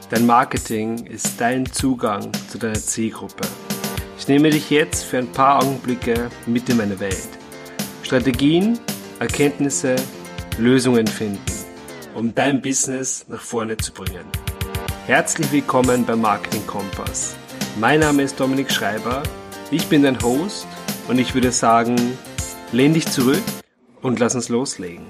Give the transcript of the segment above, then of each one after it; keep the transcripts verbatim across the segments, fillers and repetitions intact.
Dein Marketing ist dein Zugang zu deiner Zielgruppe. Ich nehme dich jetzt für ein paar Augenblicke mit in meine Welt. Strategien, Erkenntnisse, Lösungen finden, um dein Business nach vorne zu bringen. Herzlich willkommen beim Marketing Kompass. Mein Name ist Dominik Schreiber, ich bin dein Host und ich würde sagen, lehn dich zurück und lass uns loslegen.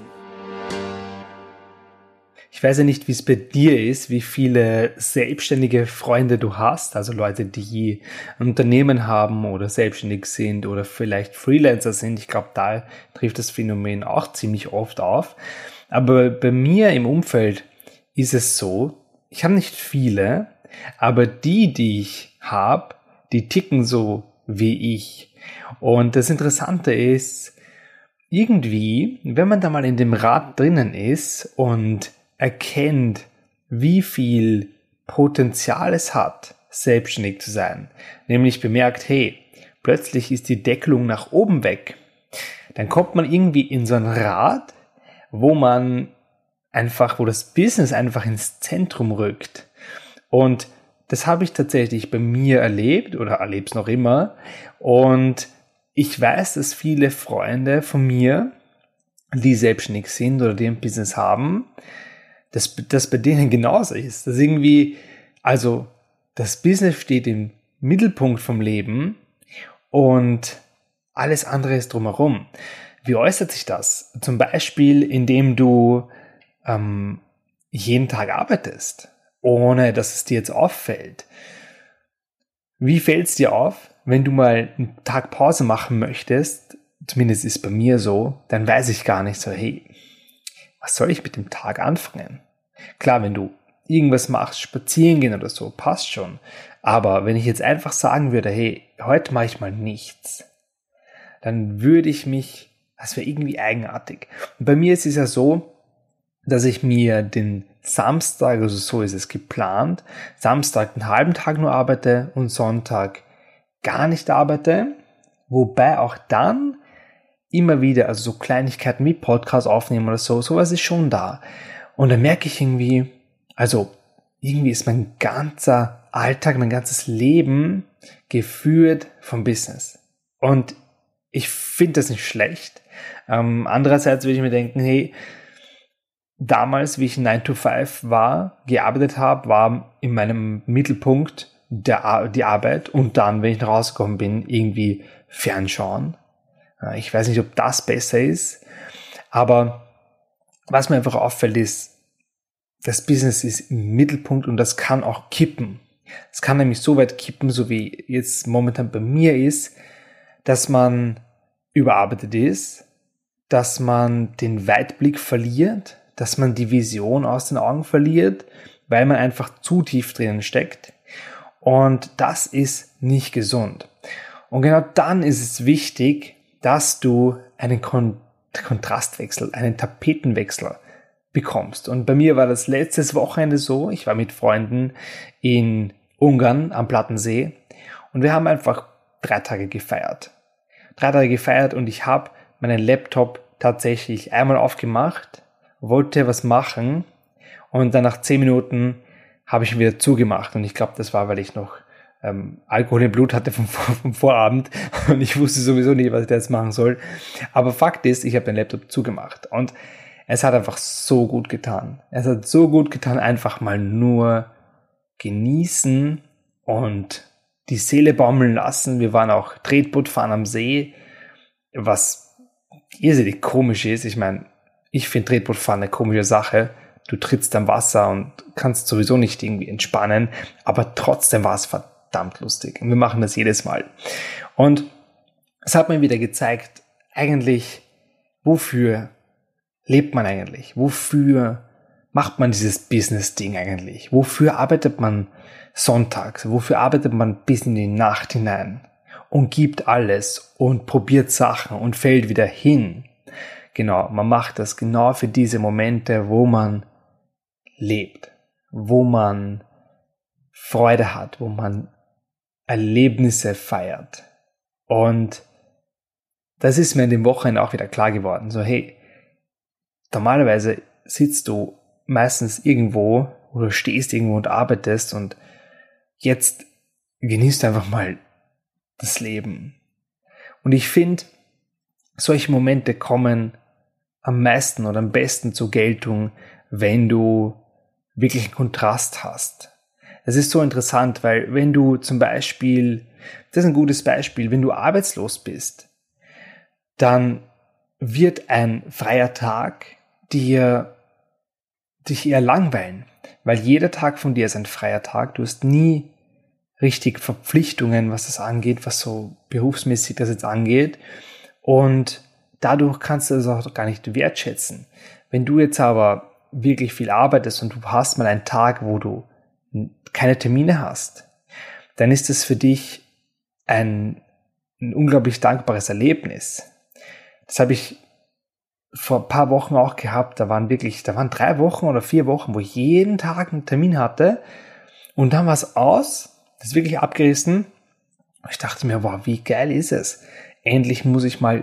Ich weiß ja nicht, wie es bei dir ist, wie viele selbstständige Freunde du hast, also Leute, die ein Unternehmen haben oder selbstständig sind oder vielleicht Freelancer sind. Ich glaube, da trifft das Phänomen auch ziemlich oft auf. Aber bei mir im Umfeld ist es so, ich habe nicht viele, aber die, die ich habe, die ticken so wie ich. Und das Interessante ist, irgendwie, wenn man da mal in dem Rad drinnen ist und erkennt, wie viel Potenzial es hat, selbstständig zu sein, nämlich bemerkt, hey, plötzlich ist die Deckelung nach oben weg, dann kommt man irgendwie in so ein Rad, wo man einfach, wo das Business einfach ins Zentrum rückt. Und das habe ich tatsächlich bei mir erlebt oder erlebe es noch immer. Und ich weiß, dass viele Freunde von mir, die selbstständig sind oder die ein Business haben, dass das bei denen genauso ist. Dass irgendwie, also das Business steht im Mittelpunkt vom Leben und alles andere ist drumherum. Wie äußert sich das? Zum Beispiel, indem du ähm, jeden Tag arbeitest, ohne dass es dir jetzt auffällt. Wie fällt es dir auf, wenn du mal einen Tag Pause machen möchtest? Zumindest ist es bei mir so, dann weiß ich gar nicht so, hey, was soll ich mit dem Tag anfangen? Klar, wenn du irgendwas machst, spazieren gehen oder so, passt schon. Aber wenn ich jetzt einfach sagen würde, hey, heute mache ich mal nichts, dann würde ich mich, das wäre irgendwie eigenartig. Und bei mir ist es ja so, dass ich mir den Samstag, also so ist es geplant, Samstag einen halben Tag nur arbeite und Sonntag gar nicht arbeite, wobei auch dann immer wieder, also so Kleinigkeiten wie Podcast aufnehmen oder so, sowas ist schon da. Und dann merke ich irgendwie, also irgendwie ist mein ganzer Alltag, mein ganzes Leben geführt vom Business. Und ich finde das nicht schlecht. Ähm, andererseits würde ich mir denken, hey, damals, wie ich nine to five war, gearbeitet habe, war in meinem Mittelpunkt der, die Arbeit und dann, wenn ich rausgekommen bin, irgendwie fernschauen. Ich weiß nicht, ob das besser ist, aber was mir einfach auffällt ist, das Business ist im Mittelpunkt und das kann auch kippen. Es kann nämlich so weit kippen, so wie jetzt momentan bei mir ist, dass man überarbeitet ist, dass man den Weitblick verliert, dass man die Vision aus den Augen verliert, weil man einfach zu tief drinnen steckt. Und das ist nicht gesund. Und genau dann ist es wichtig, dass du einen Kon- Kontrastwechsel, einen Tapetenwechsel bekommst. Und bei mir war das letztes Wochenende so, ich war mit Freunden in Ungarn am Plattensee und wir haben einfach drei Tage gefeiert. Drei Tage gefeiert und ich habe meinen Laptop tatsächlich einmal aufgemacht, wollte was machen und dann nach zehn Minuten habe ich ihn wieder zugemacht. Und ich glaube, das war, weil ich noch ähm, Alkohol im Blut hatte vom, vom Vorabend und ich wusste sowieso nicht, was ich da jetzt machen soll. Aber Fakt ist, ich habe den Laptop zugemacht und es hat einfach so gut getan. Es hat so gut getan, einfach mal nur genießen und die Seele baumeln lassen. Wir waren auch Tretboot fahren am See, was irrsinnig komisch ist. Ich meine, ich finde Tretbootfahren eine komische Sache. Du trittst am Wasser und kannst sowieso nicht irgendwie entspannen, aber trotzdem war es verdammt lustig. Und wir machen das jedes Mal. Und es hat mir wieder gezeigt, eigentlich, wofür lebt man eigentlich? Wofür macht man dieses Business-Ding eigentlich? Wofür arbeitet man sonntags? Wofür arbeitet man bis in die Nacht hinein? Und gibt alles und probiert Sachen und fällt wieder hin. Genau, man macht das genau für diese Momente, wo man lebt, wo man Freude hat, wo man Erlebnisse feiert. Und das ist mir in dem Wochenende auch wieder klar geworden. So, hey, normalerweise sitzt du meistens irgendwo oder stehst irgendwo und arbeitest und jetzt genießt einfach mal das Leben. Und ich finde, solche Momente kommen am meisten oder am besten zur Geltung, wenn du wirklich einen Kontrast hast. Das ist so interessant, weil wenn du zum Beispiel, das ist ein gutes Beispiel, wenn du arbeitslos bist, dann wird ein freier Tag dir dich eher langweilen, weil jeder Tag von dir ist ein freier Tag. Du hast nie richtig Verpflichtungen, was das angeht, was so berufsmäßig das jetzt angeht. Und dadurch kannst du das auch gar nicht wertschätzen. Wenn du jetzt aber wirklich viel arbeitest und du hast mal einen Tag, wo du keine Termine hast, dann ist es für dich ein, ein unglaublich dankbares Erlebnis. Das habe ich vor ein paar Wochen auch gehabt. Da waren wirklich, da waren drei Wochen oder vier Wochen, wo ich jeden Tag einen Termin hatte und dann war es aus. Das ist wirklich abgerissen. Ich dachte mir, wow, wie geil ist es? Endlich muss ich mal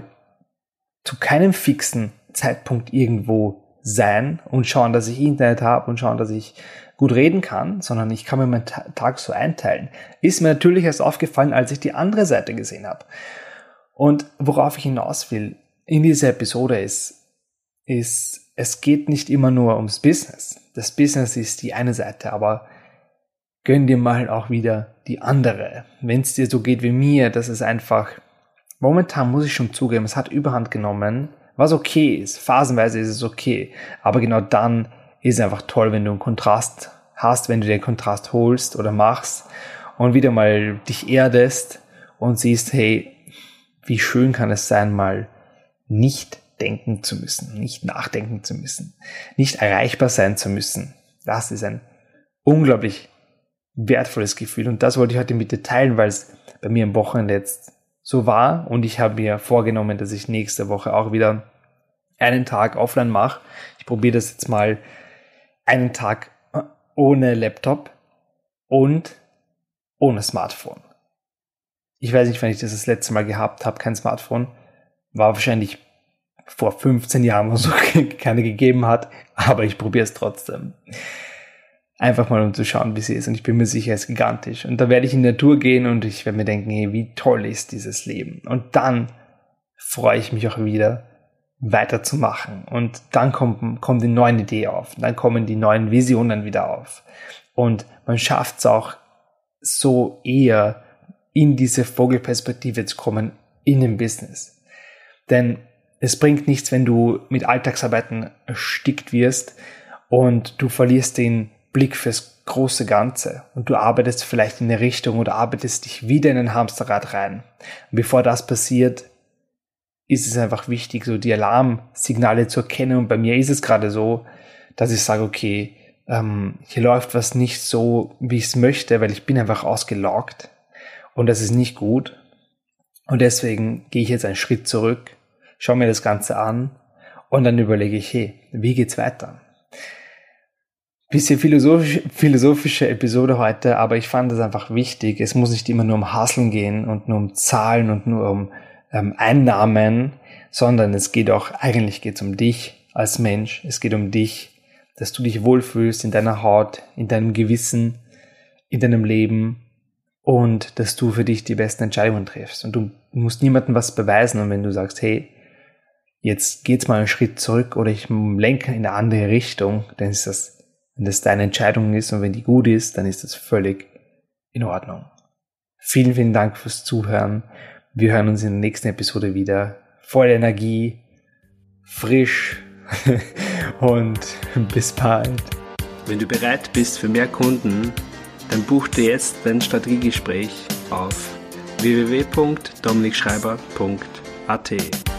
zu keinem fixen Zeitpunkt irgendwo sein und schauen, dass ich Internet habe und schauen, dass ich gut reden kann, sondern ich kann mir meinen Tag so einteilen. Ist mir natürlich erst aufgefallen, als ich die andere Seite gesehen habe. Und worauf ich hinaus will in dieser Episode ist, ist, es geht nicht immer nur ums Business. Das Business ist die eine Seite, aber gönn dir mal auch wieder die andere. Wenn es dir so geht wie mir, das ist einfach, momentan muss ich schon zugeben, es hat Überhand genommen, was okay ist. Phasenweise ist es okay. Aber genau dann ist es einfach toll, wenn du einen Kontrast hast, wenn du den Kontrast holst oder machst und wieder mal dich erdest und siehst, hey, wie schön kann es sein, mal nicht denken zu müssen, nicht nachdenken zu müssen, nicht erreichbar sein zu müssen. Das ist ein unglaublich wertvolles Gefühl und das wollte ich heute mit dir teilen, weil es bei mir am Wochenende jetzt so war und ich habe mir vorgenommen, dass ich nächste Woche auch wieder einen Tag offline mache. Ich probiere das jetzt mal einen Tag ohne Laptop und ohne Smartphone. Ich weiß nicht, wann ich das das letzte Mal gehabt habe, kein Smartphone. War wahrscheinlich vor fünfzehn Jahren oder so keine gegeben hat, aber ich probiere es trotzdem. Einfach mal, um zu schauen, wie sie ist. Und ich bin mir sicher, es ist gigantisch. Und da werde ich in die Natur gehen und ich werde mir denken, hey, wie toll ist dieses Leben. Und dann freue ich mich auch wieder, weiterzumachen. Und dann kommt, kommt die neue Idee auf. Dann kommen die neuen Visionen wieder auf. Und man schafft es auch so eher, in diese Vogelperspektive zu kommen, in dem Business. Denn es bringt nichts, wenn du mit Alltagsarbeiten erstickt wirst und du verlierst den Blick fürs große Ganze und du arbeitest vielleicht in eine Richtung oder arbeitest dich wieder in ein Hamsterrad rein. Und bevor das passiert, ist es einfach wichtig, so die Alarmsignale zu erkennen. Und bei mir ist es gerade so, dass ich sage, okay, ähm, hier läuft was nicht so, wie ich es möchte, weil ich bin einfach ausgelaugt und das ist nicht gut. Und deswegen gehe ich jetzt einen Schritt zurück, schaue mir das Ganze an und dann überlege ich, hey, wie geht's weiter? Bisschen philosophisch, philosophische Episode heute, aber ich fand es einfach wichtig. Es muss nicht immer nur um Hustlen gehen und nur um Zahlen und nur um ähm, Einnahmen, sondern es geht auch, eigentlich geht es um dich als Mensch. Es geht um dich, dass du dich wohlfühlst in deiner Haut, in deinem Gewissen, in deinem Leben und dass du für dich die besten Entscheidungen triffst. Und du musst niemandem was beweisen. Und wenn du sagst, hey, jetzt geht's mal einen Schritt zurück oder ich lenke in eine andere Richtung, dann ist das, wenn das deine Entscheidung ist und wenn die gut ist, dann ist das völlig in Ordnung. Vielen, vielen Dank fürs Zuhören. Wir hören uns in der nächsten Episode wieder. Voll Energie, frisch und bis bald. Wenn du bereit bist für mehr Kunden, dann buch dir jetzt dein Strategiegespräch auf w w w punkt dominik schreiber punkt a t.